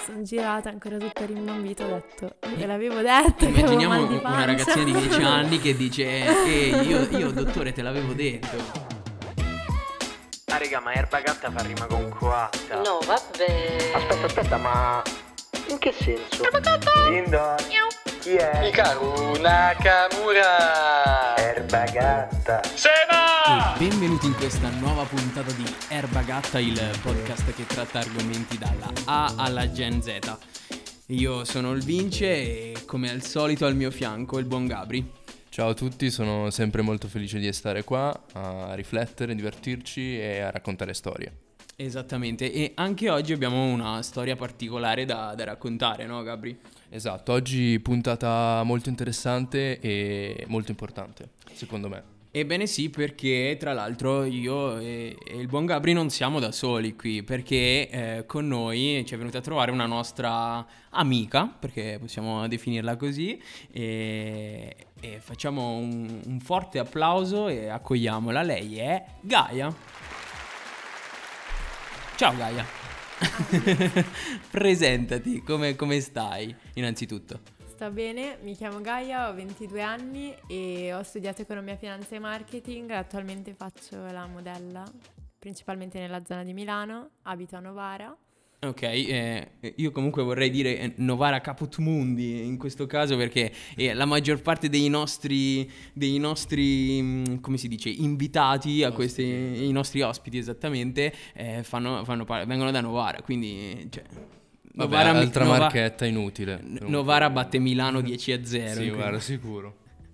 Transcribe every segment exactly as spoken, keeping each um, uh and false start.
sono girata ancora tutta rimbambita, ho detto, ve l'avevo detto. Immaginiamo che avevo mal di una pancia. ragazzina di dieci anni che dice ehi, io, io dottore te l'avevo detto. Ah raga, ma erba gatta fa rima con coatta. No, vabbè. Aspetta, aspetta, ma in che senso? Linda, chi è? Hikaru Nakamura. Erba gatta. Sema! E benvenuti in questa nuova puntata di Erba Gatta, il podcast che tratta argomenti dalla A alla Gen Z. Io sono il Vince e come al solito al mio fianco il buon Gabri. Ciao a tutti, sono sempre molto felice di stare qua a riflettere, divertirci e a raccontare storie. Esattamente, e anche oggi abbiamo una storia particolare da, da raccontare, no Gabri? Esatto, oggi puntata molto interessante e molto importante, secondo me. Ebbene sì, perché tra l'altro io e, e il buon Gabri non siamo da soli qui, perché eh, con noi ci è venuta a trovare una nostra amica, perché possiamo definirla così, e, e facciamo un, un forte applauso e accogliamola. Lei è Gaia. Ciao Gaia. Presentati, come, come stai innanzitutto? Sto bene, mi chiamo Gaia, ho ventidue anni e ho studiato economia, finanza e marketing. Attualmente faccio la modella, principalmente nella zona di Milano, abito a Novara. Ok, eh, io comunque vorrei dire eh, Novara Caput Mundi in questo caso, perché eh, la maggior parte dei nostri, dei nostri mh, come si dice, invitati a questi, i nostri ospiti esattamente, eh, fanno, fanno par- vengono da Novara, quindi cioè, Vabbè, Novara, altra Nova- marchetta inutile. N- Novara batte Milano dieci a zero. Sì, quindi. guarda, sicuro.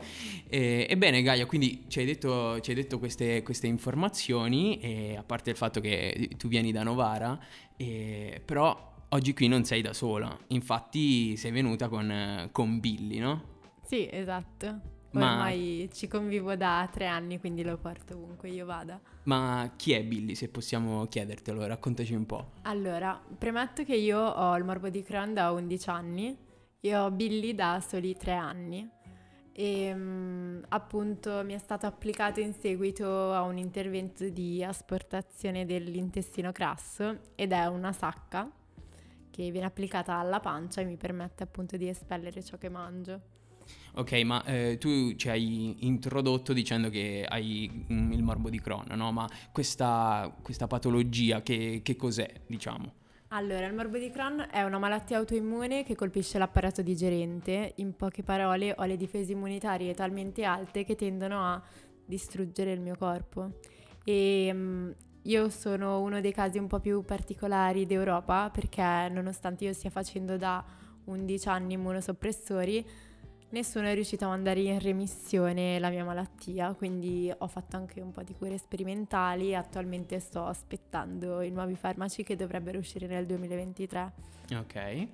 E, ebbene Gaia, quindi ci hai detto, ci hai detto queste, queste informazioni, e a parte il fatto che tu vieni da Novara, e, però oggi qui non sei da sola, infatti sei venuta con, con Billy, no? Sì, esatto. Ma- Ormai ci convivo da tre anni, quindi lo porto ovunque io vada. Ma chi è Billy, se possiamo chiedertelo, raccontaci un po'. Allora, premetto che io ho il morbo di Crohn da undici anni e ho Billy da soli tre anni. E mm, appunto mi è stato applicato in seguito a un intervento di asportazione dell'intestino grasso ed è una sacca che viene applicata alla pancia e mi permette appunto di espellere ciò che mangio. Ok, ma eh, tu ci hai introdotto dicendo che hai mm, il morbo di Crohn, no? Ma questa, questa patologia che, che cos'è, diciamo? Allora, il morbo di Crohn è una malattia autoimmune che colpisce l'apparato digerente. In poche parole, ho le difese immunitarie talmente alte che tendono a distruggere il mio corpo. E mm, io sono uno dei casi un po' più particolari d'Europa perché nonostante io stia facendo da undici anni immunosoppressori, nessuno è riuscito a mandare in remissione la mia malattia, quindi ho fatto anche un po' di cure sperimentali e attualmente sto aspettando i nuovi farmaci che dovrebbero uscire nel duemilaventitré Ok.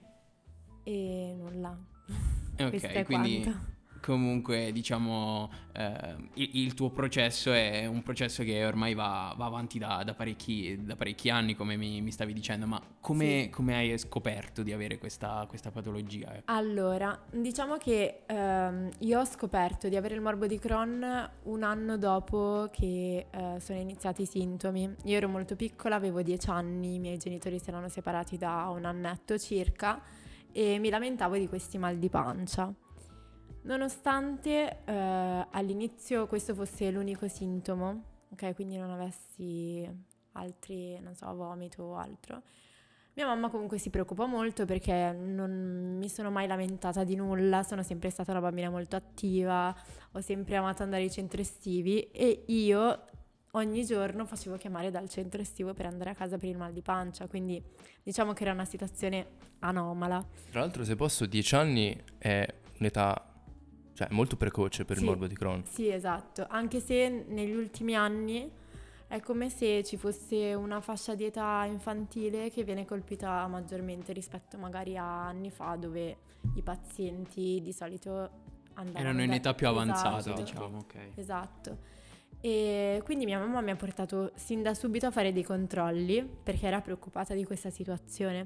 e nulla. Questo Ok, è quindi quanto. comunque diciamo eh, il, il tuo processo è un processo che ormai va, va avanti da, da parecchi, da parecchi anni, come mi, mi stavi dicendo, ma come, Sì. come hai scoperto di avere questa, questa patologia? Ecco. Allora, diciamo che ehm, io ho scoperto di avere il morbo di Crohn un anno dopo che eh, sono iniziati i sintomi. Io ero molto piccola, avevo dieci anni, i miei genitori si erano separati da un annetto circa e mi lamentavo di questi mal di pancia. Nonostante eh, all'inizio questo fosse l'unico sintomo, ok, quindi non avessi altri, non so, vomito o altro, mia mamma comunque si preoccupa molto perché non mi sono mai lamentata di nulla, sono sempre stata una bambina molto attiva, ho sempre amato andare ai centri estivi e io ogni giorno facevo chiamare dal centro estivo per andare a casa per il mal di pancia, quindi diciamo che era una situazione anomala. Tra l'altro, se posso, dieci anni è un'età, cioè, molto precoce per Sì. il morbo di Crohn. Sì, esatto, anche se negli ultimi anni è come se ci fosse una fascia di età infantile che viene colpita maggiormente rispetto magari a anni fa dove i pazienti di solito andavano Erano in da- età più avanzata, Esatto, diciamo, ok. esatto. E quindi mia mamma mi ha portato sin da subito a fare dei controlli perché era preoccupata di questa situazione.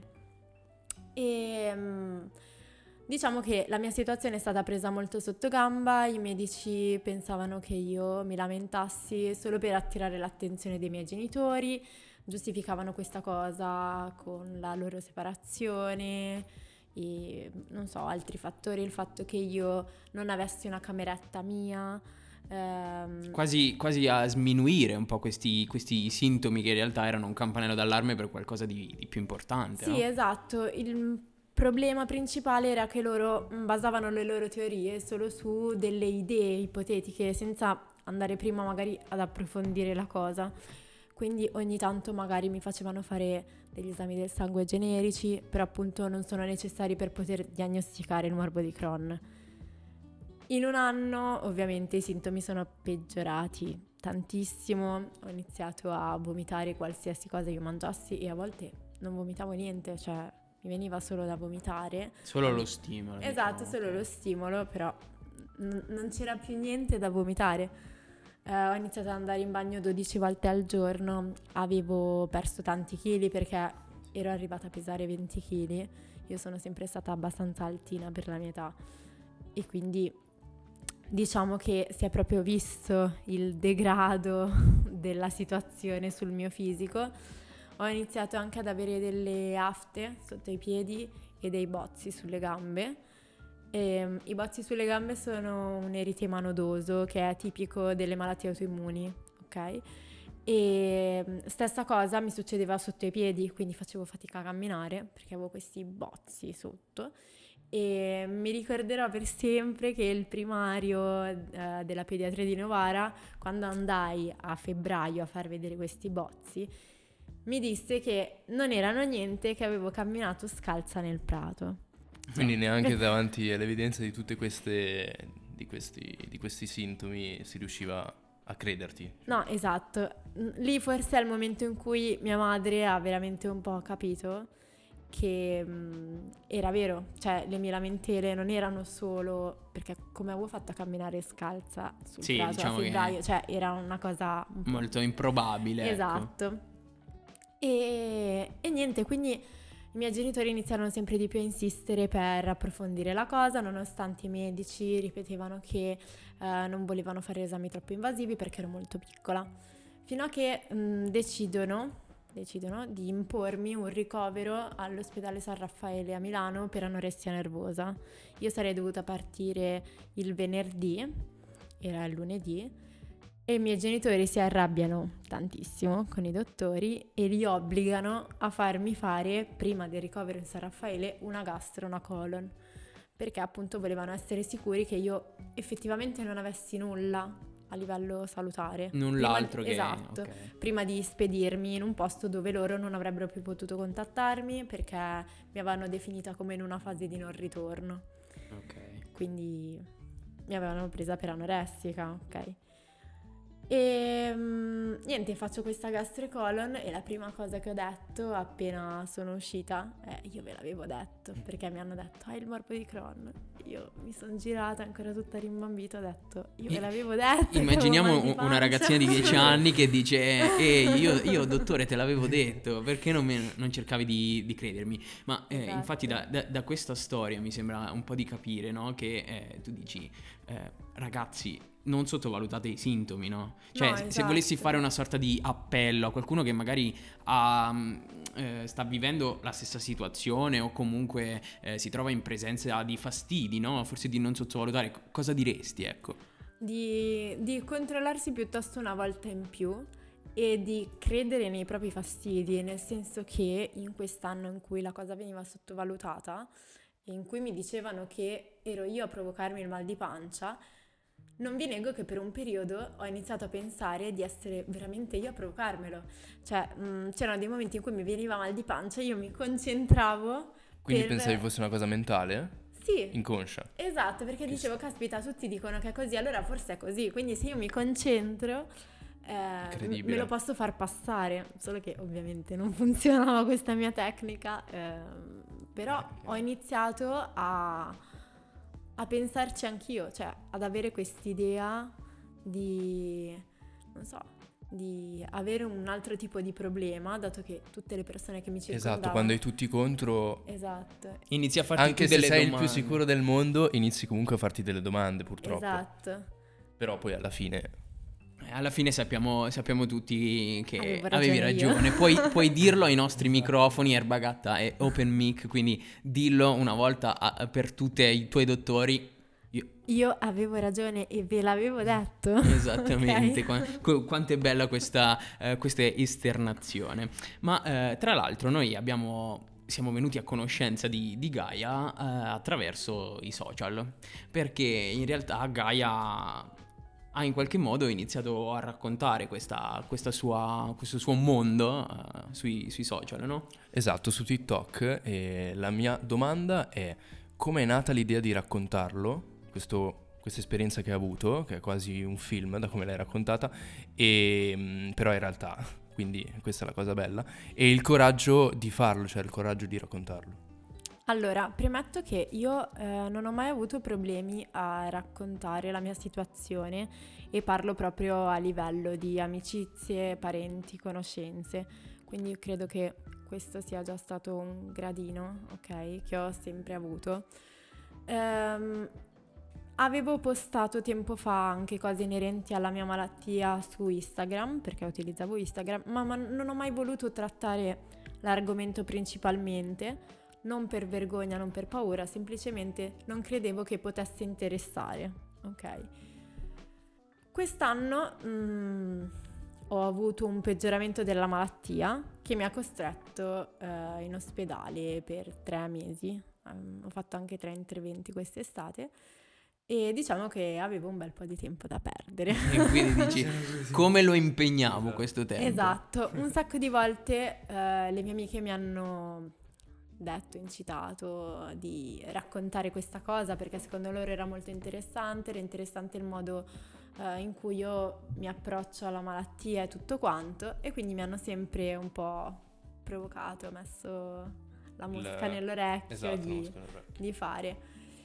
E mm, diciamo che la mia situazione è stata presa molto sotto gamba, i medici pensavano che io mi lamentassi solo per attirare l'attenzione dei miei genitori, giustificavano questa cosa con la loro separazione e non so, altri fattori, il fatto che io non avessi una cameretta mia. Ehm... Quasi, quasi a sminuire un po' questi, questi sintomi che in realtà erano un campanello d'allarme per qualcosa di, di più importante. Sì, no? esatto. Il problema principale era che loro basavano le loro teorie solo su delle idee ipotetiche, senza andare prima magari ad approfondire la cosa. Quindi ogni tanto magari mi facevano fare degli esami del sangue generici, però appunto non sono necessari per poter diagnosticare il morbo di Crohn. In un anno ovviamente i sintomi sono peggiorati tantissimo, ho iniziato a vomitare qualsiasi cosa io mangiassi e a volte non vomitavo niente, cioè mi veniva solo da vomitare. Solo lo stimolo. Esatto, diciamo. solo lo stimolo, però n- non c'era più niente da vomitare. Eh, ho iniziato ad andare in bagno dodici volte al giorno, avevo perso tanti chili perché ero arrivata a pesare venti chili, io sono sempre stata abbastanza altina per la mia età e quindi diciamo che si è proprio visto il degrado della situazione sul mio fisico. Ho iniziato anche ad avere delle afte sotto i piedi e dei bozzi sulle gambe. E, i bozzi sulle gambe sono un eritema nodoso che è tipico delle malattie autoimmuni, ok? E stessa cosa mi succedeva sotto i piedi, quindi facevo fatica a camminare perché avevo questi bozzi sotto. E mi ricorderò per sempre che il primario eh, della pediatria di Novara, quando andai a febbraio a far vedere questi bozzi, mi disse che non erano niente, che avevo camminato scalza nel prato. Quindi neanche davanti all'evidenza di tutte queste di questi, di questi sintomi si riusciva a crederti. No, esatto. Lì forse è il momento in cui mia madre ha veramente un po' capito che mh, era vero, cioè le mie lamentele non erano solo perché come avevo fatto a camminare scalza sul Sì, prato diciamo a febbraio, che cioè era una cosa un po' molto improbabile. esatto. Ecco. E, e niente, quindi i miei genitori iniziarono sempre di più a insistere per approfondire la cosa, nonostante i medici ripetevano che eh, non volevano fare esami troppo invasivi perché ero molto piccola, fino a che mh, decidono decidono di impormi un ricovero all'ospedale San Raffaele a Milano per anoressia nervosa. Io sarei dovuta partire il venerdì, era il lunedì, e i miei genitori si arrabbiano tantissimo con i dottori e li obbligano a farmi fare, prima del ricovero in San Raffaele, una gastro, una colon, perché appunto volevano essere sicuri che io effettivamente non avessi nulla a livello salutare. Null'altro prima, che... esatto, okay. Prima di spedirmi in un posto dove loro non avrebbero più potuto contattarmi perché mi avevano definita come in una fase di non ritorno. Ok. Quindi mi avevano presa per anoressica, ok? E um, niente, faccio questa gastrocolon e la prima cosa che ho detto appena sono uscita è io ve l'avevo detto, perché mi hanno detto hai il morbo di Crohn. Io mi sono girata ancora tutta rimbambita, ho detto io ve l'avevo detto. Immaginiamo di una ragazzina di dieci anni che dice ehi io, io dottore te l'avevo detto, perché non, me, non cercavi di, di credermi? Ma eh, Esatto. infatti da, da, da questa storia mi sembra un po' di capire, no? Che eh, tu dici eh, ragazzi non sottovalutate i sintomi, no? Cioè No, se esatto. volessi fare una sorta di appello a qualcuno che magari ha, eh, sta vivendo la stessa situazione o comunque eh, si trova in presenza di fastidi, no? Forse di non sottovalutare, cosa diresti, ecco? Di, di controllarsi piuttosto una volta in più e di credere nei propri fastidi, nel senso che in quest'anno in cui la cosa veniva sottovalutata e in cui mi dicevano che ero io a provocarmi il mal di pancia, non vi nego che per un periodo ho iniziato a pensare di essere veramente io a provocarmelo. Cioè, mh, c'erano dei momenti in cui mi veniva mal di pancia, io mi concentravo. Quindi per... pensavi fosse una cosa mentale? Sì. Inconscia. Esatto, perché Che dicevo, caspita, tutti dicono che è così, allora forse è così. Quindi se io mi concentro, eh, Incredibile. me lo posso far passare. Solo che ovviamente non funzionava questa mia tecnica. Eh, però Eh, ho iniziato a... a pensarci anch'io, cioè ad avere quest'idea di, non so, di avere un altro tipo di problema, dato che tutte le persone che mi circondavano... Esatto, quando hai tutti contro, Esatto, Inizi a farti anche tu se delle sei domande. il più sicuro del mondo, inizi comunque a farti delle domande, purtroppo. esatto. Però poi alla fine Alla fine sappiamo, sappiamo tutti che Avevo avevi ragione io. ragione. Puoi, puoi dirlo ai nostri microfoni, Erbagatta e Open Mic, quindi dillo una volta a- per tutti i tuoi dottori. Io- Io avevo ragione e ve l'avevo detto. Esattamente, Ok? qua- qu- quanto è bella questa, eh, questa esternazione. Ma eh, tra l'altro noi abbiamo... Siamo venuti a conoscenza di, di Gaia eh, attraverso i social, perché in realtà Gaia ha in qualche modo iniziato a raccontare questa, questa sua, questo suo mondo eh, sui, sui social, no? Esatto, su TikTok. E la mia domanda è: come è nata l'idea di raccontarlo, questo, questa esperienza che hai avuto, che è quasi un film da come l'hai raccontata, e, mh, però in realtà, quindi questa è la cosa bella, e il coraggio di farlo, cioè il coraggio di raccontarlo. Allora, premetto che io eh, non ho mai avuto problemi a raccontare la mia situazione e parlo proprio a livello di amicizie, parenti, conoscenze. Quindi io credo che questo sia già stato un gradino, ok, che ho sempre avuto. Ehm, Avevo postato tempo fa anche cose inerenti alla mia malattia su Instagram, perché utilizzavo Instagram, ma, ma non ho mai voluto trattare l'argomento principalmente. Non per vergogna, non per paura, semplicemente non credevo che potesse interessare, ok? Quest'anno mm, ho avuto un peggioramento della malattia che mi ha costretto eh, in ospedale per tre mesi. Um, ho fatto anche tre interventi quest'estate e diciamo che avevo un bel po' di tempo da perdere. E quindi dici, come lo impegnavo questo tempo? Esatto, un sacco di volte eh, le mie amiche mi hanno detto, incitato di raccontare questa cosa perché secondo loro era molto interessante, era interessante il modo eh, in cui io mi approccio alla malattia e tutto quanto, e quindi mi hanno sempre un po' provocato, messo la mosca Il- nell'orecchio Esatto, di, la mosca nell'orecchio. di fare.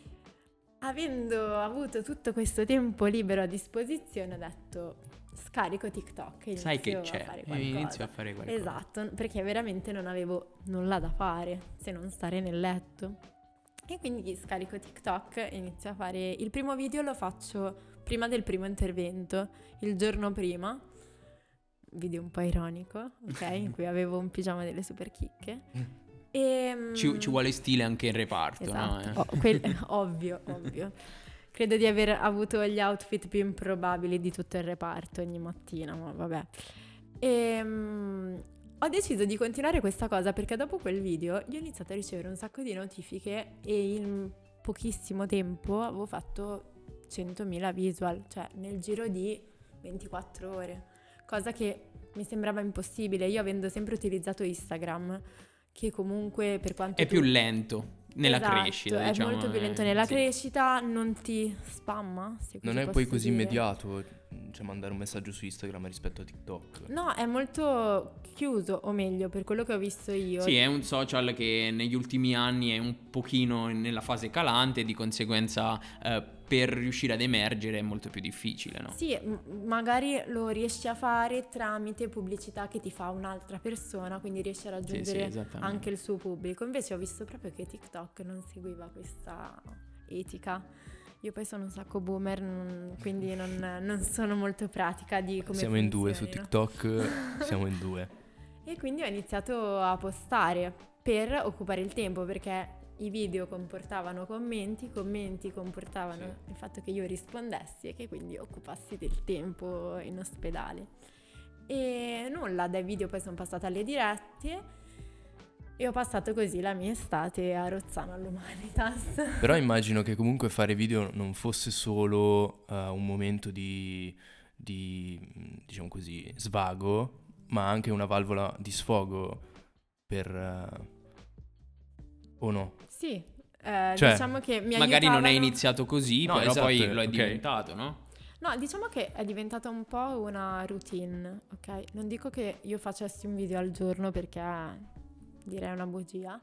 Avendo avuto tutto questo tempo libero a disposizione ho detto scarico TikTok e Sai che inizio a c'è, fare e qualcosa. inizio a fare qualcosa. Esatto, perché veramente non avevo nulla da fare se non stare nel letto. E quindi scarico TikTok e inizio a fare... Il primo video lo faccio prima del primo intervento, il giorno prima. Video un po' ironico, ok? In cui avevo un pigiama delle super chicche. E, Ci, ci vuole stile anche in reparto, esatto, no? oh, quel- ovvio, ovvio. Credo di aver avuto gli outfit più improbabili di tutto il reparto ogni mattina, ma vabbè. E, mm, ho deciso di continuare questa cosa perché dopo quel video io ho iniziato a ricevere un sacco di notifiche e in pochissimo tempo avevo fatto centomila visual, cioè nel giro di ventiquattro ore, cosa che mi sembrava impossibile, io avendo sempre utilizzato Instagram, che comunque per quanto È tu- più lento nella Esatto, crescita, è diciamo. molto più lento eh, nella sì. crescita, non ti spamma, se così Non è posso poi così dire. immediato, cioè mandare un messaggio su Instagram rispetto a TikTok. No, è molto chiuso, o meglio, per quello che ho visto io. Sì, è un social che negli ultimi anni è un pochino nella fase calante, di conseguenza eh, per riuscire ad emergere è molto più difficile, no? Sì, m- magari lo riesci a fare tramite pubblicità che ti fa un'altra persona, quindi riesci a Sì, sì, raggiungere esattamente. anche il suo pubblico. Invece ho visto proprio che TikTok non seguiva questa etica. Io poi sono un sacco boomer, non- quindi non, non sono molto pratica di come Siamo in due su funzionino. TikTok, siamo in due. E quindi ho iniziato a postare per occupare il tempo, perché i video comportavano commenti, i commenti comportavano il fatto che io rispondessi e che quindi occupassi del tempo in ospedale. E nulla, dai video poi sono passata alle dirette e ho passato così la mia estate a Rozzano all'Humanitas. Però immagino che comunque fare video non fosse solo eh, un momento di, di, diciamo così, svago, ma anche una valvola di sfogo per... eh, o no? Sì, eh, Cioè, diciamo che mi Magari non è aiutavano- iniziato così, No, però esatto, poi lo è ok. diventato, no? No, diciamo che è diventata un po' una routine, ok? Non dico che io facessi un video al giorno perché direi una bugia,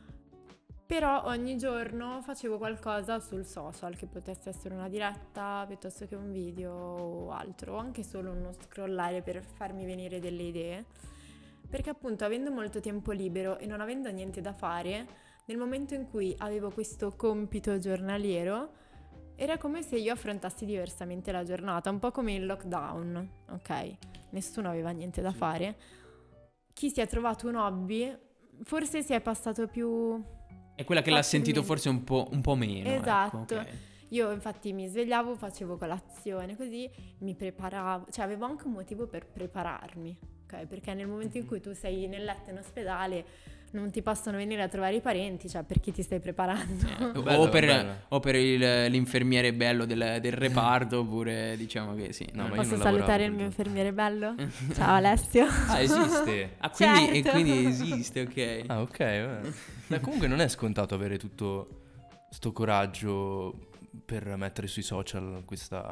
però ogni giorno facevo qualcosa sul social, che potesse essere una diretta piuttosto che un video o altro, o anche solo uno scrollare per farmi venire delle idee, perché appunto avendo molto tempo libero e non avendo niente da fare, nel momento in cui avevo questo compito giornaliero, era come se io affrontassi diversamente la giornata, un po' come il lockdown, ok? Nessuno aveva niente da fare. Chi si è trovato un hobby forse si è passato più... È quella che l'ha sentito facilmente. forse un po', un po' meno. Esatto. Ecco, ok. Io infatti mi svegliavo, facevo colazione, così mi preparavo, cioè avevo anche un motivo per prepararmi, ok? Perché nel momento in cui tu sei nel letto in ospedale non ti possono venire a trovare i parenti, cioè per chi ti stai preparando? Eh, Bello, o per, bello. o per il- l'infermiere bello del, del reparto, oppure diciamo che sì. No, non- ma io Posso non lavoravo salutare il quel mio giorno. infermiere bello? Ciao Alessio. Ah, esiste? Ah, quindi, e Certo. quindi esiste, ok. Ah, ok. vabbè. Beh, comunque non è scontato avere tutto sto coraggio per mettere sui social questa,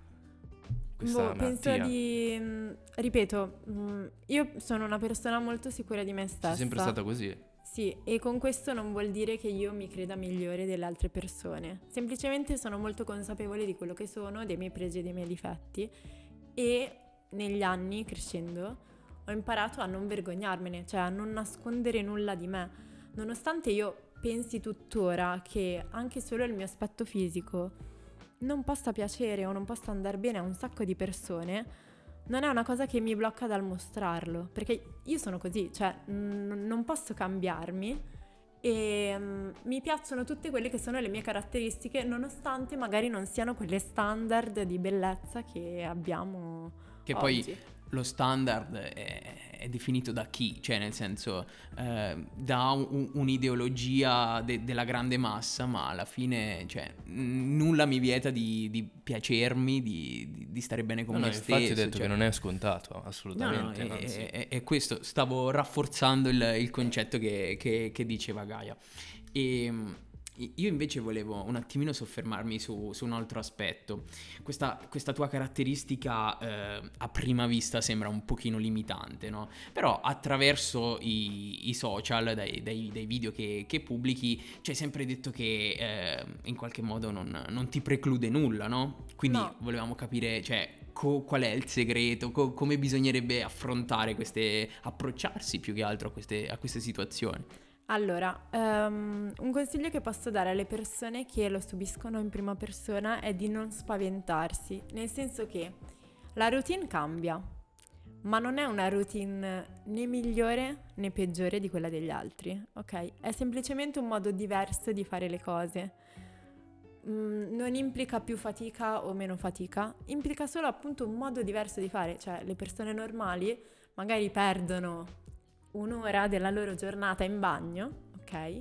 questa Boh, penso malattia. di... mh, ripeto, mh, io sono una persona molto sicura di me stessa. Sei sempre stata così. Sì, e con questo non vuol dire che io mi creda migliore delle altre persone. Semplicemente sono molto consapevole di quello che sono, dei miei pregi e dei miei difetti. E negli anni, crescendo, ho imparato a non vergognarmene, cioè a non nascondere nulla di me. Nonostante io pensi tuttora che anche solo il mio aspetto fisico non possa piacere o non possa andare bene a un sacco di persone, non è una cosa che mi blocca dal mostrarlo, perché io sono così, cioè n- non posso cambiarmi e mm, mi piacciono tutte quelle che sono le mie caratteristiche, nonostante magari non siano quelle standard di bellezza che abbiamo Che oggi. poi lo standard è, è definito da chi? Cioè nel senso eh, da un- un'ideologia de- della grande massa, ma alla fine cioè, n- nulla mi vieta di, di piacermi, di, di- di stare bene con No, no, me infatti stesso. hai detto cioè. che non è scontato, No, no, assolutamente. è, anzi. è- è questo, stavo rafforzando il, il concetto che, che- che diceva Gaia. E mh, io invece volevo un attimino soffermarmi su, su un altro aspetto. Questa, questa tua caratteristica eh, a prima vista sembra un pochino limitante, no? Però attraverso i, i social, dai, dai- dai video che, che pubblichi, ci hai sempre detto che eh, in qualche modo non, non ti preclude nulla, no? Quindi No. volevamo capire, cioè, co- qual è il segreto, co- come bisognerebbe affrontare queste, approcciarsi più che altro a queste, a queste situazioni. Allora, ehm, un consiglio che posso dare alle persone che lo subiscono in prima persona è di non spaventarsi, nel senso che la routine cambia, ma non è una routine né migliore né peggiore di quella degli altri, ok? È semplicemente un modo diverso di fare le cose. Mm, non implica più fatica o meno fatica, implica solo appunto un modo diverso di fare, cioè le persone normali magari perdono un'ora della loro giornata in bagno, ok?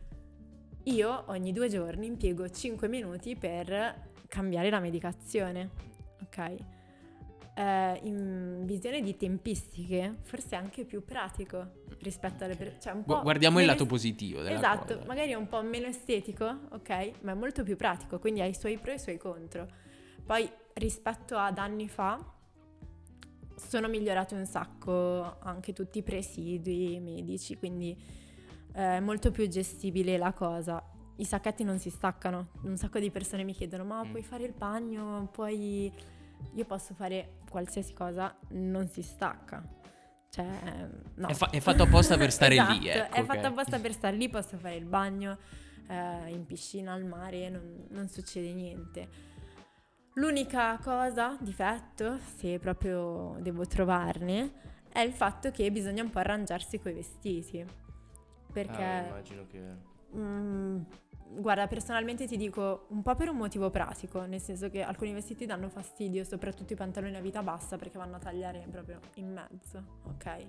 Io ogni due giorni impiego cinque minuti per cambiare la medicazione, ok? Eh, in visione di tempistiche, forse è anche più pratico rispetto alle persone. Cioè un Gu- po' guardiamo il meno lato es- positivo della Esatto, cosa. magari è un po' meno estetico, ok? Ma è molto più pratico, quindi ha i suoi pro e i suoi contro. Poi rispetto ad anni fa sono migliorati un sacco anche tutti i presidi medici, quindi eh, è molto più gestibile la cosa. I sacchetti non si staccano, un sacco di persone mi chiedono ma Mm. puoi fare il bagno, puoi... Io posso fare qualsiasi cosa, non si stacca. Cioè, no. È, fa- è fatto apposta per stare Esatto, lì, ecco, è ok. fatto apposta per stare lì, posso fare il bagno eh, in piscina, al mare, non, non succede niente. L'unica cosa, difetto, se proprio devo trovarne, è il fatto che bisogna un po' arrangiarsi coi vestiti. Perché, Ah, immagino che... mm, guarda, personalmente ti dico un po' per un motivo pratico, nel senso che alcuni vestiti danno fastidio, soprattutto i pantaloni a vita bassa, perché vanno a tagliare proprio in mezzo, ok?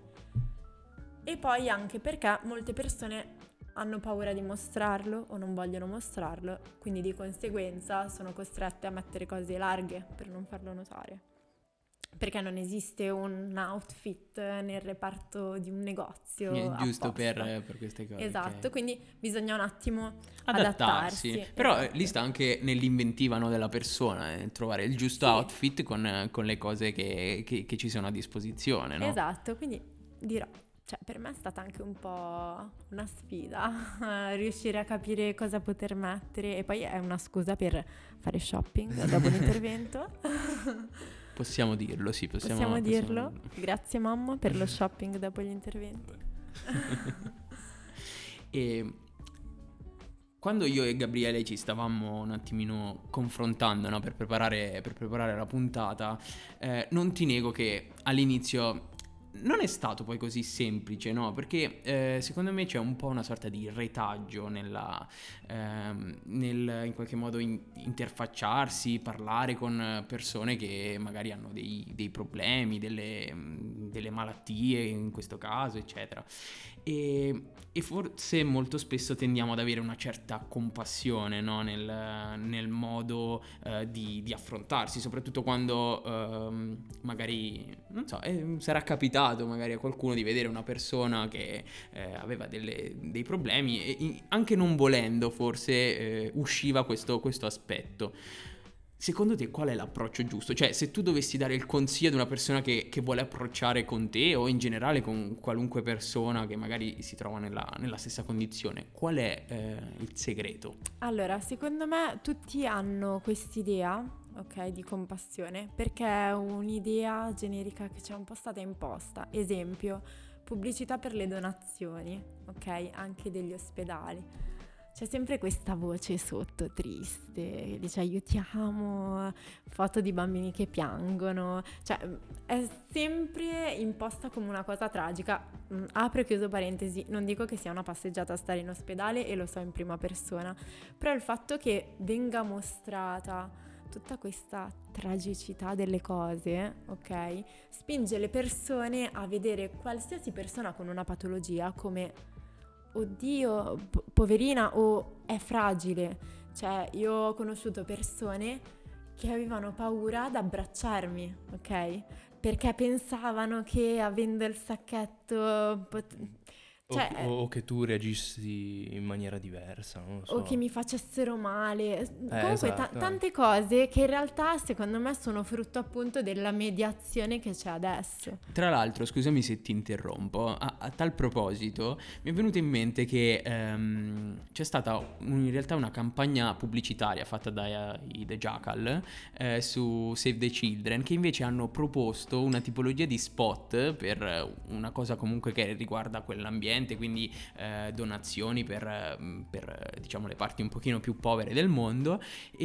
E poi anche perché molte persone hanno paura di mostrarlo o non vogliono mostrarlo, quindi di conseguenza sono costrette a mettere cose larghe per non farlo notare. Perché non esiste un outfit nel reparto di un negozio È giusto apposta. per, per queste cose. Esatto, ok. quindi bisogna un attimo Adattarsi. adattarsi. Però eh, esatto. lì sta anche nell'inventiva, no, della persona, eh, trovare il giusto Sì. outfit con, con le cose che, che- che ci sono a disposizione, no? Esatto, quindi dirò, cioè per me è stata anche un po' una sfida eh, riuscire a capire cosa poter mettere, e poi è una scusa per fare shopping dopo l'intervento. Possiamo dirlo, sì, possiamo, Possiamo possiamo dirlo? Grazie mamma per lo shopping dopo gli interventi. E quando io e Gabriele ci stavamo un attimino confrontando, no, per preparare, per preparare la puntata, eh, non ti nego che all'inizio non è stato poi così semplice, no? Perché eh, secondo me c'è un po' una sorta di retaggio nella, ehm, nel in qualche modo in- interfacciarsi, parlare con persone che magari hanno dei, dei problemi, delle, mm, delle malattie in questo caso, eccetera. E, e forse molto spesso tendiamo ad avere una certa compassione, no? nel, nel modo eh, di, di affrontarsi, soprattutto quando ehm, magari, non so, eh, sarà capitato magari a qualcuno di vedere una persona che eh, aveva delle- dei problemi e in- anche non volendo forse eh, usciva questo, questo aspetto. Secondo te qual è l'approccio giusto? Cioè, se tu dovessi dare il consiglio ad una persona che, che vuole approcciare con te o in generale con qualunque persona che magari si trova nella, nella stessa condizione, qual è eh, il segreto? Allora, secondo me tutti hanno quest'idea, ok, di compassione, perché è un'idea generica che ci è un po' stata imposta. Esempio, pubblicità per le donazioni, ok, anche degli ospedali. C'è sempre questa voce sotto triste che dice aiutiamo, foto di bambini che piangono, cioè è sempre imposta come una cosa tragica. Mm, Apro e chiuso parentesi, non dico che sia una passeggiata a stare in ospedale e lo so in prima persona, però il fatto che venga mostrata tutta questa tragicità delle cose, ok, spinge le persone a vedere qualsiasi persona con una patologia come oddio, po- poverina o è fragile. Cioè, io ho conosciuto persone che avevano paura ad abbracciarmi, ok? Perché pensavano che avendo il sacchetto pot- O, cioè, o- o che tu reagissi in maniera diversa, non lo so. o che mi facessero male. Comunque esatto, ta- eh. tante cose che in realtà secondo me sono frutto appunto della mediazione che c'è adesso. Tra l'altro, scusami se ti interrompo, a, a tal proposito mi è venuto in mente che ehm, c'è stata un- in realtà una campagna pubblicitaria fatta dai The Jackal eh, su Save the Children, che invece hanno proposto una tipologia di spot per una cosa comunque che riguarda quell'ambiente, quindi eh, donazioni per, eh, per, eh, diciamo le parti un pochino più povere del mondo,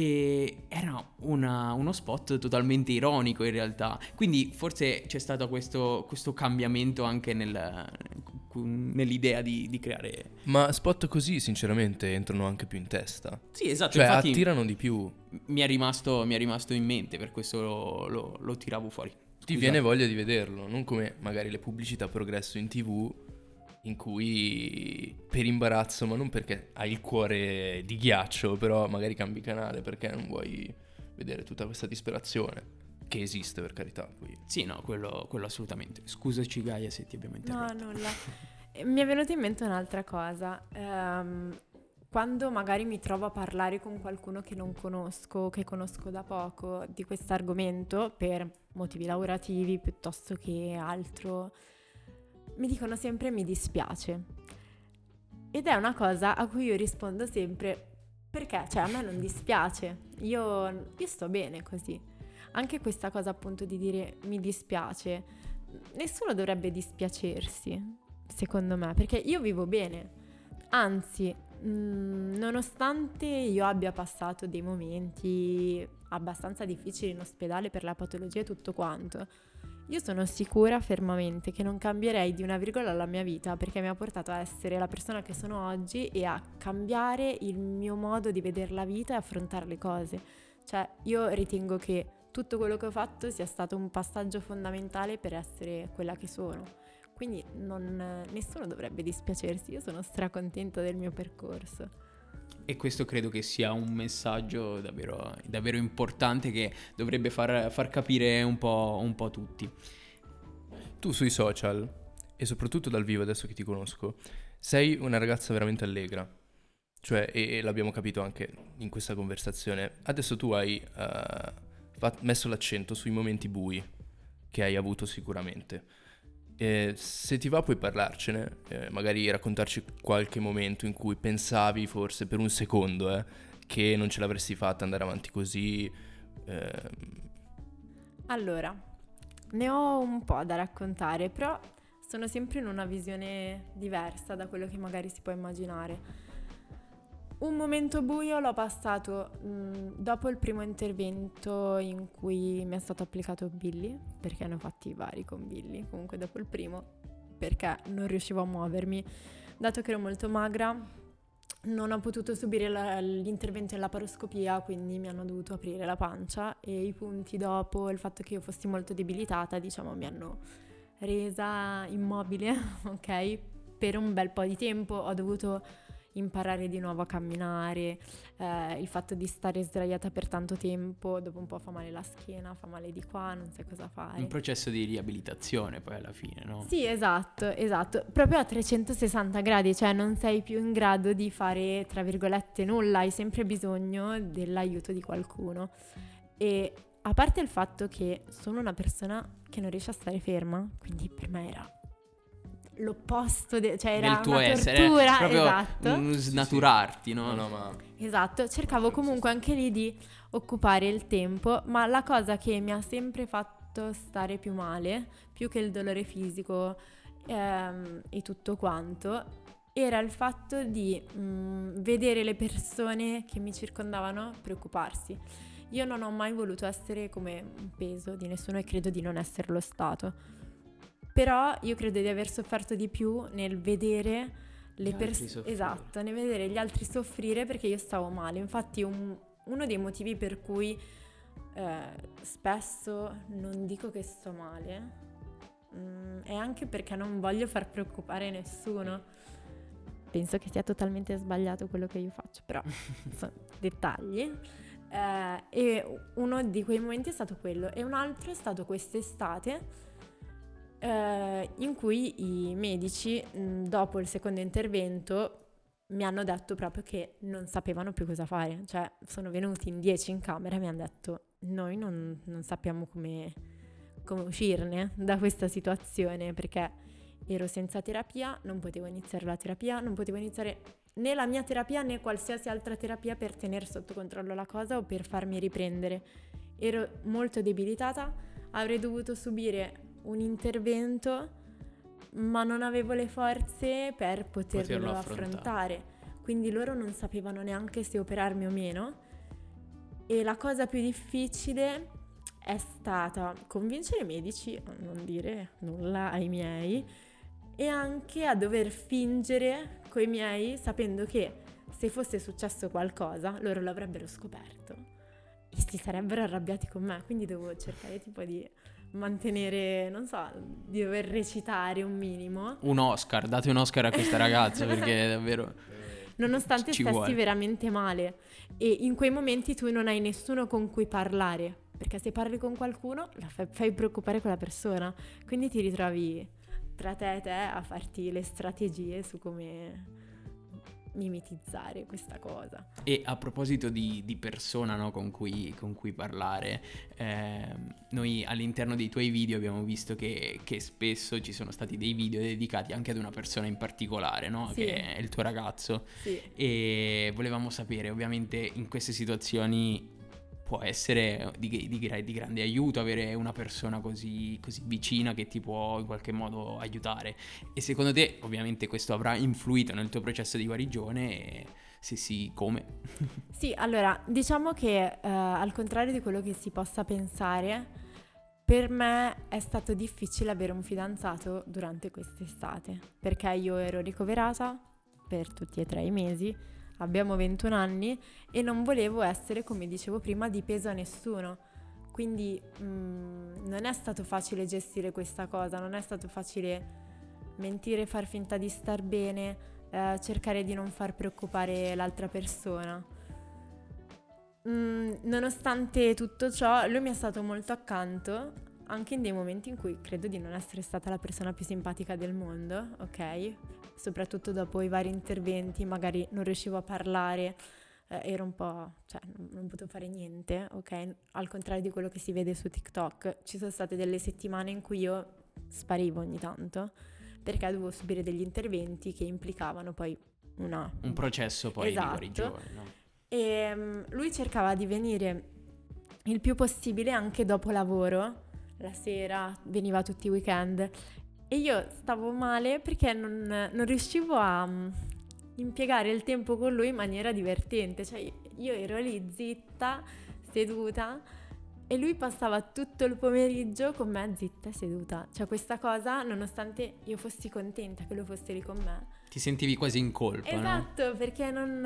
e era una- uno spot totalmente ironico in realtà, quindi forse c'è stato questo, questo cambiamento anche nel- nell'idea di, di creare. Ma spot così, sinceramente, entrano anche più in testa. Sì, esatto, Cioè, infatti attirano di più. mi è rimasto, mi è rimasto in mente, per questo lo, lo- lo tiravo fuori. Ti Scusa. viene voglia di vederlo, non come magari le pubblicità progresso in tivù, in cui per imbarazzo, ma non perché hai il cuore di ghiaccio, però magari cambi canale perché non vuoi vedere tutta questa disperazione, che esiste per carità. Poi. Sì, no, quello, quello assolutamente. Scusaci Gaia se ti abbiamo No, interrotto. nulla. Eh, Mi è venuta in mente un'altra cosa. Ehm, quando magari mi trovo a parlare con qualcuno che non conosco, che conosco da poco, di questo argomento, per motivi lavorativi piuttosto che altro, mi dicono sempre mi dispiace. Ed è una cosa a cui io rispondo sempre perché, cioè a me non dispiace, io, io sto bene così. Anche questa cosa appunto di dire mi dispiace, nessuno dovrebbe dispiacersi, secondo me, perché io vivo bene. Anzi, mh, nonostante io abbia passato dei momenti abbastanza difficili in ospedale per la patologia e tutto quanto, io sono sicura fermamente che non cambierei di una virgola la mia vita, perché mi ha portato a essere la persona che sono oggi e a cambiare il mio modo di vedere la vita e affrontare le cose. Cioè, io ritengo che tutto quello che ho fatto sia stato un passaggio fondamentale per essere quella che sono. Quindi non, nessuno dovrebbe dispiacersi, io sono stracontenta del mio percorso. E questo credo che sia un messaggio davvero, davvero importante che dovrebbe far, far capire un po', un po' tutti. Tu sui social, e soprattutto dal vivo adesso che ti conosco, sei una ragazza veramente allegra. Cioè, e, e l'abbiamo capito anche in questa conversazione. Adesso tu hai eh, fat- messo l'accento sui momenti bui che hai avuto sicuramente. Eh, se ti va puoi parlarcene, eh, magari raccontarci qualche momento in cui pensavi forse per un secondo eh, che non ce l'avresti fatta andare avanti così. eh, Allora, ne ho un po' da raccontare, però sono sempre in una visione diversa da quello che magari si può immaginare. un momento buio l'ho passato mh, dopo il primo intervento in cui mi è stato applicato Billy, perché ne ho fatti vari con Billy, comunque dopo il primo, perché non riuscivo a muovermi, dato che ero molto magra, non ho potuto subire la, l'intervento in laparoscopia, quindi mi hanno dovuto aprire la pancia e i punti dopo, il fatto che io fossi molto debilitata, diciamo, mi hanno resa immobile, ok? Per un bel po' di tempo ho dovuto imparare di nuovo a camminare, eh, il fatto di stare sdraiata per tanto tempo, dopo un po' fa male la schiena, fa male di qua, non sai cosa fare. Un processo di riabilitazione poi alla fine, no? Sì, esatto, esatto, proprio a trecentosessanta gradi, cioè non sei più in grado di fare, tra virgolette, nulla, hai sempre bisogno dell'aiuto di qualcuno. E a parte il fatto che sono una persona che non riesce a stare ferma, quindi per me era l'opposto, de- cioè era Del tuo una essere, tortura, proprio esatto. un snaturarti, no? No, no, ma Esatto, cercavo comunque anche lì di occupare il tempo, ma la cosa che mi ha sempre fatto stare più male, più che il dolore fisico ehm, e tutto quanto, era il fatto di mh, vedere le persone che mi circondavano preoccuparsi. Io non ho mai voluto essere come un peso di nessuno e credo di non esserlo stato. Però io credo di aver sofferto di più nel vedere le Gli altri persone, soffrire. esatto, nel vedere gli altri soffrire perché io stavo male. Infatti un- uno dei motivi per cui eh, spesso non dico che sto male mm, è anche perché non voglio far preoccupare nessuno. Penso che sia totalmente sbagliato quello che io faccio, però sono dettagli. Eh, e uno di quei momenti è stato quello e un altro è stato quest'estate eh, in cui i medici mh, dopo il secondo intervento mi hanno detto proprio che non sapevano più cosa fare, cioè sono venuti in dieci in camera e mi hanno detto noi non, non sappiamo come, come uscirne da questa situazione perché ero senza terapia, non potevo iniziare la terapia, non potevo iniziare né la mia terapia né qualsiasi altra terapia per tenere sotto controllo la cosa o per farmi riprendere. Ero molto debilitata, avrei dovuto subire un intervento, ma non avevo le forze per poterlo, Poterlo affrontare. affrontare. Quindi loro non sapevano neanche se operarmi o meno. E la cosa più difficile è stata convincere i medici a non dire nulla ai miei e anche a dover fingere coi miei sapendo che se fosse successo qualcosa loro l'avrebbero scoperto e si sarebbero arrabbiati con me, quindi dovevo cercare tipo di mantenere, non so, di dover recitare un minimo. Un Oscar, date un Oscar a questa ragazza perché davvero Nonostante ci stessi vuole. veramente male e in quei momenti tu non hai nessuno con cui parlare, perché se parli con qualcuno la fai, fai preoccupare quella persona, quindi ti ritrovi tra te e te a farti le strategie su come mimetizzare questa cosa. E a proposito di, di persona, no, con cui, con cui parlare, ehm, noi all'interno dei tuoi video abbiamo visto che, che spesso ci sono stati dei video dedicati anche ad una persona in particolare, no? Sì. Che è il tuo ragazzo. Sì. E volevamo sapere, ovviamente in queste situazioni può essere di, di, di grande aiuto avere una persona così, così vicina che ti può in qualche modo aiutare. E secondo te ovviamente questo avrà influito nel tuo processo di guarigione? E se sì, come? Sì, allora, diciamo che eh, al contrario di quello che si possa pensare, per me è stato difficile avere un fidanzato durante quest'estate, perché io ero ricoverata per tutti e tre i mesi, abbiamo ventuno anni e non volevo essere, come dicevo prima, di peso a nessuno. Quindi mh, non è stato facile gestire questa cosa, non è stato facile mentire, far finta di star bene, eh, cercare di non far preoccupare l'altra persona. Mm, nonostante tutto ciò, lui mi è stato molto accanto, anche in dei momenti in cui credo di non essere stata la persona più simpatica del mondo, ok? Soprattutto dopo i vari interventi, magari non riuscivo a parlare, eh, ero un po', cioè non, non potevo fare niente, ok? Al contrario di quello che si vede su TikTok, ci sono state delle settimane in cui io sparivo ogni tanto, perché dovevo subire degli interventi che implicavano poi una... Un processo poi Esatto. di guarigione, no? E um, lui cercava di venire il più possibile anche dopo lavoro, la sera, veniva tutti i weekend e io stavo male perché non, non riuscivo a, impiegare il tempo con lui in maniera divertente. Cioè io ero lì zitta, seduta, e lui passava tutto il pomeriggio con me zitta e seduta. Cioè questa cosa, nonostante io fossi contenta che lui fosse lì con me. Ti sentivi quasi in colpa, no? Esatto, perché non...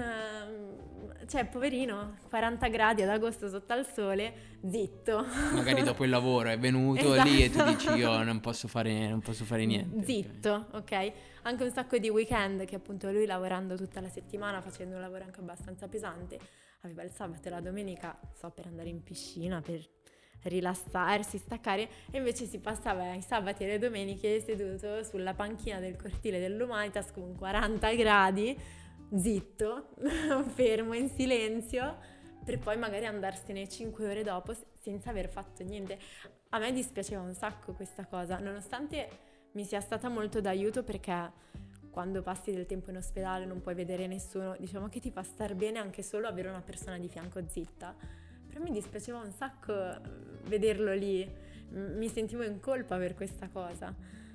eh, Cioè, poverino, quaranta gradi ad agosto sotto al sole, zitto. Magari dopo il lavoro è venuto Esatto. lì e tu dici io non posso fare, non posso fare niente. Zitto, ok? Anche un sacco di weekend che appunto lui lavorando tutta la settimana, facendo un lavoro anche abbastanza pesante, aveva il sabato e la domenica, so, per andare in piscina, per rilassarsi, staccare, e invece si passava i sabati e le domeniche seduto sulla panchina del cortile dell'Humanitas con quaranta gradi, zitto, fermo, in silenzio, per poi magari andarsene cinque ore dopo senza aver fatto niente. A me dispiaceva un sacco questa cosa, nonostante mi sia stata molto d'aiuto, perché quando passi del tempo in ospedale non puoi vedere nessuno, diciamo che ti fa star bene anche solo avere una persona di fianco zitta. Però mi dispiaceva un sacco vederlo lì, mi sentivo in colpa per questa cosa.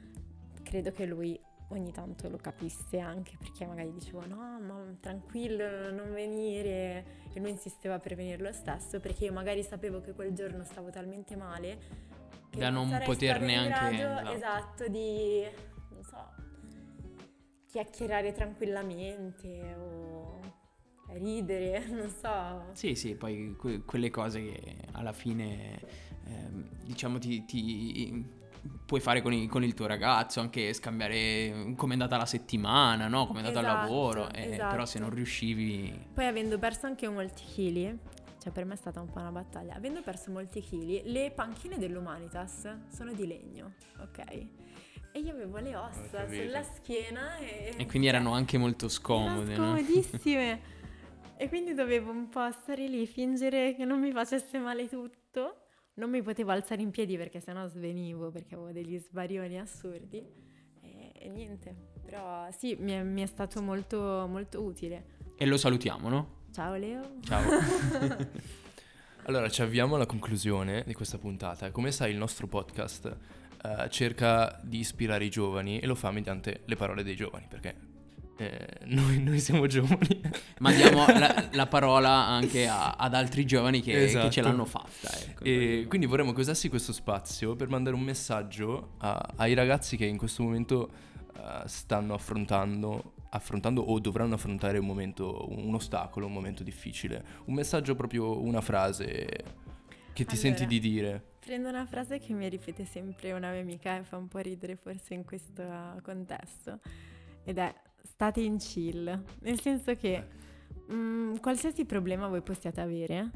Credo che lui ogni tanto lo capisse anche, perché magari dicevo no, ma tranquillo, non venire, e lui insisteva per venire lo stesso, perché io magari sapevo che quel giorno stavo talmente male che Da non sarei poter stata in neanche- grado, esatto. esatto, di, non so, chiacchierare tranquillamente o ridere, non so. Sì, sì, poi que- quelle cose che alla fine, ehm, diciamo, ti, ti puoi fare con, i- con il tuo ragazzo, anche scambiare come è andata la settimana, no? Come è andato il Esatto, lavoro, eh, esatto. però se non riuscivi... Poi avendo perso anche molti chili, cioè per me è stata un po' una battaglia, avendo perso molti chili, le panchine dell'Humanitas sono di legno, ok? E io avevo le Ho ossa capito. sulla schiena e... E quindi erano anche molto scomode, Erano no? scomodissime. E quindi dovevo un po' stare lì, fingere che non mi facesse male tutto. Non mi potevo alzare in piedi perché sennò svenivo, perché avevo degli sbarioni assurdi. E, e niente, però sì, mi è, mi è stato molto, molto utile. E lo salutiamo, no? Ciao Leo. Ciao. Allora, ci avviamo alla conclusione di questa puntata. Come sai, il nostro podcast eh, cerca di ispirare i giovani e lo fa mediante le parole dei giovani, perché eh, noi, noi siamo giovani. Ma diamo la, la parola anche a- ad altri giovani che, Esatto. che ce l'hanno fatta, ecco. E quindi vorremmo che usassi questo spazio per mandare un messaggio a- ai ragazzi che in questo momento eh, stanno affrontando, affrontando o dovranno affrontare un momento, un ostacolo, un momento difficile. Un messaggio, proprio una frase che ti Allora, senti di dire. Prendo una frase che mi ripete sempre una mia amica e fa un po' ridere forse in questo contesto, ed è state in chill, nel senso che mh, qualsiasi problema voi possiate avere,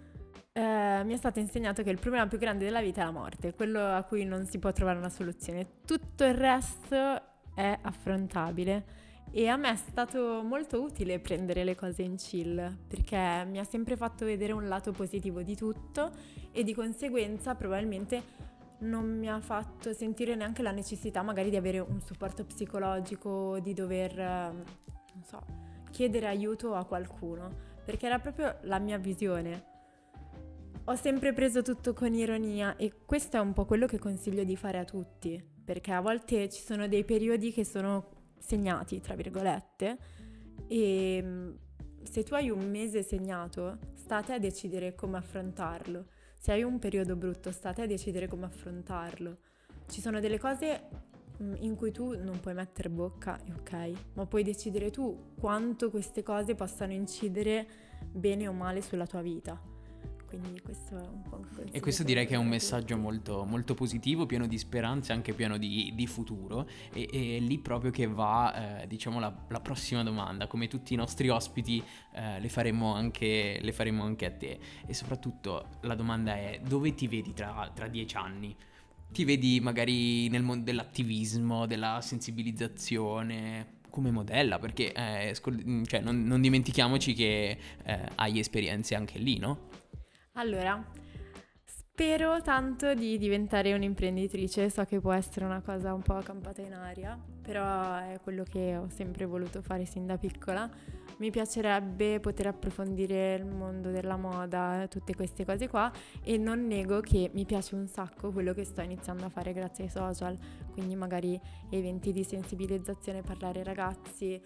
eh, mi è stato insegnato che il problema più grande della vita è la morte, quello a cui non si può trovare una soluzione, tutto il resto è affrontabile. E a me è stato molto utile prendere le cose in chill, perché mi ha sempre fatto vedere un lato positivo di tutto e di conseguenza probabilmente non mi ha fatto sentire neanche la necessità magari di avere un supporto psicologico, di dover, eh, non so, chiedere aiuto a qualcuno, perché era proprio la mia visione. Ho sempre preso tutto con ironia e questo è un po' quello che consiglio di fare a tutti, perché a volte ci sono dei periodi che sono segnati, tra virgolette, e mh, se tu hai un mese segnato, state a decidere come affrontarlo. Se hai un periodo brutto, state a decidere come affrontarlo. Ci sono delle cose mh, in cui tu non puoi mettere bocca, e ok, ma puoi decidere tu quanto queste cose possano incidere bene o male sulla tua vita. Quindi questo è un po' un consiglio. E questo direi che è un per messaggio tutti. molto, molto positivo, pieno di speranza e anche pieno di, di futuro. E, e lì proprio che va, eh, diciamo, la, la prossima domanda. Come tutti i nostri ospiti, eh, le faremo anche, le faremo anche a te. E soprattutto la domanda è: dove ti vedi tra, tra dieci anni? Ti vedi magari nel mondo dell'attivismo, della sensibilizzazione, come modella? Perché eh, scol- cioè, non, non dimentichiamoci che eh, hai esperienze anche lì, no? Allora, spero tanto di diventare un'imprenditrice, so che può essere una cosa un po' campata in aria, però è quello che ho sempre voluto fare sin da piccola. Mi piacerebbe poter approfondire il mondo della moda, tutte queste cose qua, e non nego che mi piace un sacco quello che sto iniziando a fare grazie ai social, quindi magari eventi di sensibilizzazione, parlare ai ragazzi,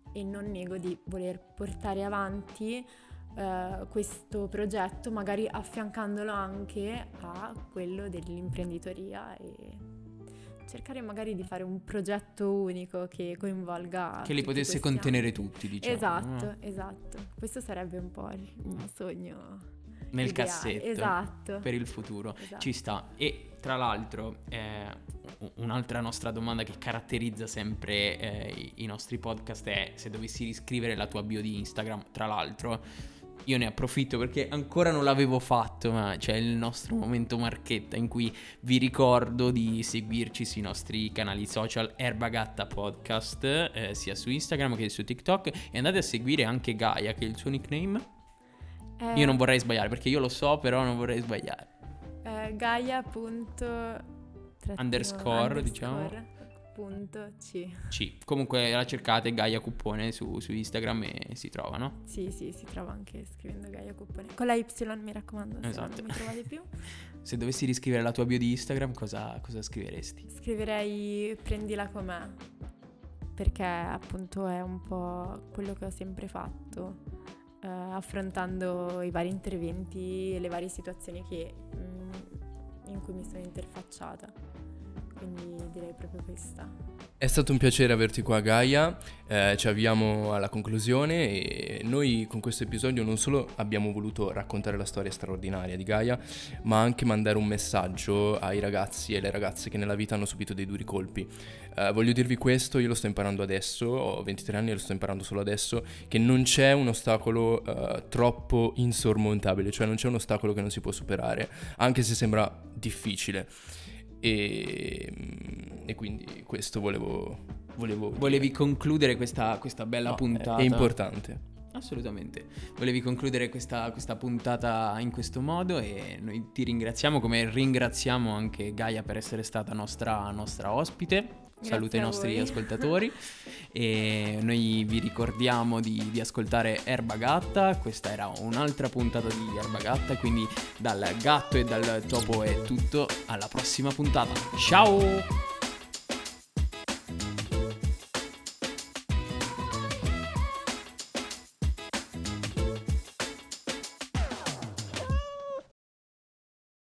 e non nego di voler portare avanti uh, questo progetto, magari affiancandolo anche a quello dell'imprenditoria e cercare magari di fare un progetto unico che coinvolga che li tutti potesse questi contenere ambiti. tutti, diciamo. Esatto, no? esatto. Questo sarebbe un po' il mio sogno Nel ideale. cassetto. Esatto. Per il futuro. Esatto. Ci sta. E tra l'altro eh, un'altra nostra domanda che caratterizza sempre eh, i, i nostri podcast è se dovessi riscrivere la tua bio di Instagram. Tra l'altro io ne approfitto perché ancora non l'avevo fatto, ma c'è il nostro momento marchetta in cui vi ricordo di seguirci sui nostri canali social Erbagatta Podcast, eh, sia su Instagram che su TikTok, e andate a seguire anche Gaia, che è il suo nickname. Eh, Io non vorrei sbagliare perché io lo so, però non vorrei sbagliare. eh, Gaia punto trattino Underscore, diciamo. punto C. C. Comunque la cercate Gaia Cuppone su, su Instagram e si trova, no? Sì, sì, si trova anche scrivendo Gaia Cuppone. Con la Y, mi raccomando, se Esatto. no non mi trovate più. Se dovessi riscrivere la tua bio di Instagram, cosa, cosa scriveresti? Scriverei prendila com'è, perché appunto è un po' quello che ho sempre fatto, eh, affrontando i vari interventi e le varie situazioni che, mm, in cui mi sono interfacciata. Quindi direi proprio questa. È stato un piacere averti qua, Gaia. Eh, ci avviamo alla conclusione e noi con questo episodio non solo abbiamo voluto raccontare la storia straordinaria di Gaia, ma anche mandare un messaggio ai ragazzi e alle ragazze che nella vita hanno subito dei duri colpi. Eh, voglio dirvi questo, io lo sto imparando adesso, ho ventitré anni e lo sto imparando solo adesso, che non c'è un ostacolo eh, troppo insormontabile, cioè non c'è un ostacolo che non si può superare, anche se sembra difficile. E, e quindi questo volevo volevo Volevi dire. concludere questa, questa bella No, puntata? è importante. Assolutamente. Volevi concludere questa, questa puntata in questo modo e noi ti ringraziamo, come ringraziamo anche Gaia per essere stata nostra, nostra ospite. Grazie Saluta i a nostri voi. ascoltatori e noi vi ricordiamo di, di ascoltare Erbagatta. Questa era un'altra puntata di Erbagatta, quindi dal gatto e dal topo è tutto, alla prossima puntata. Ciao!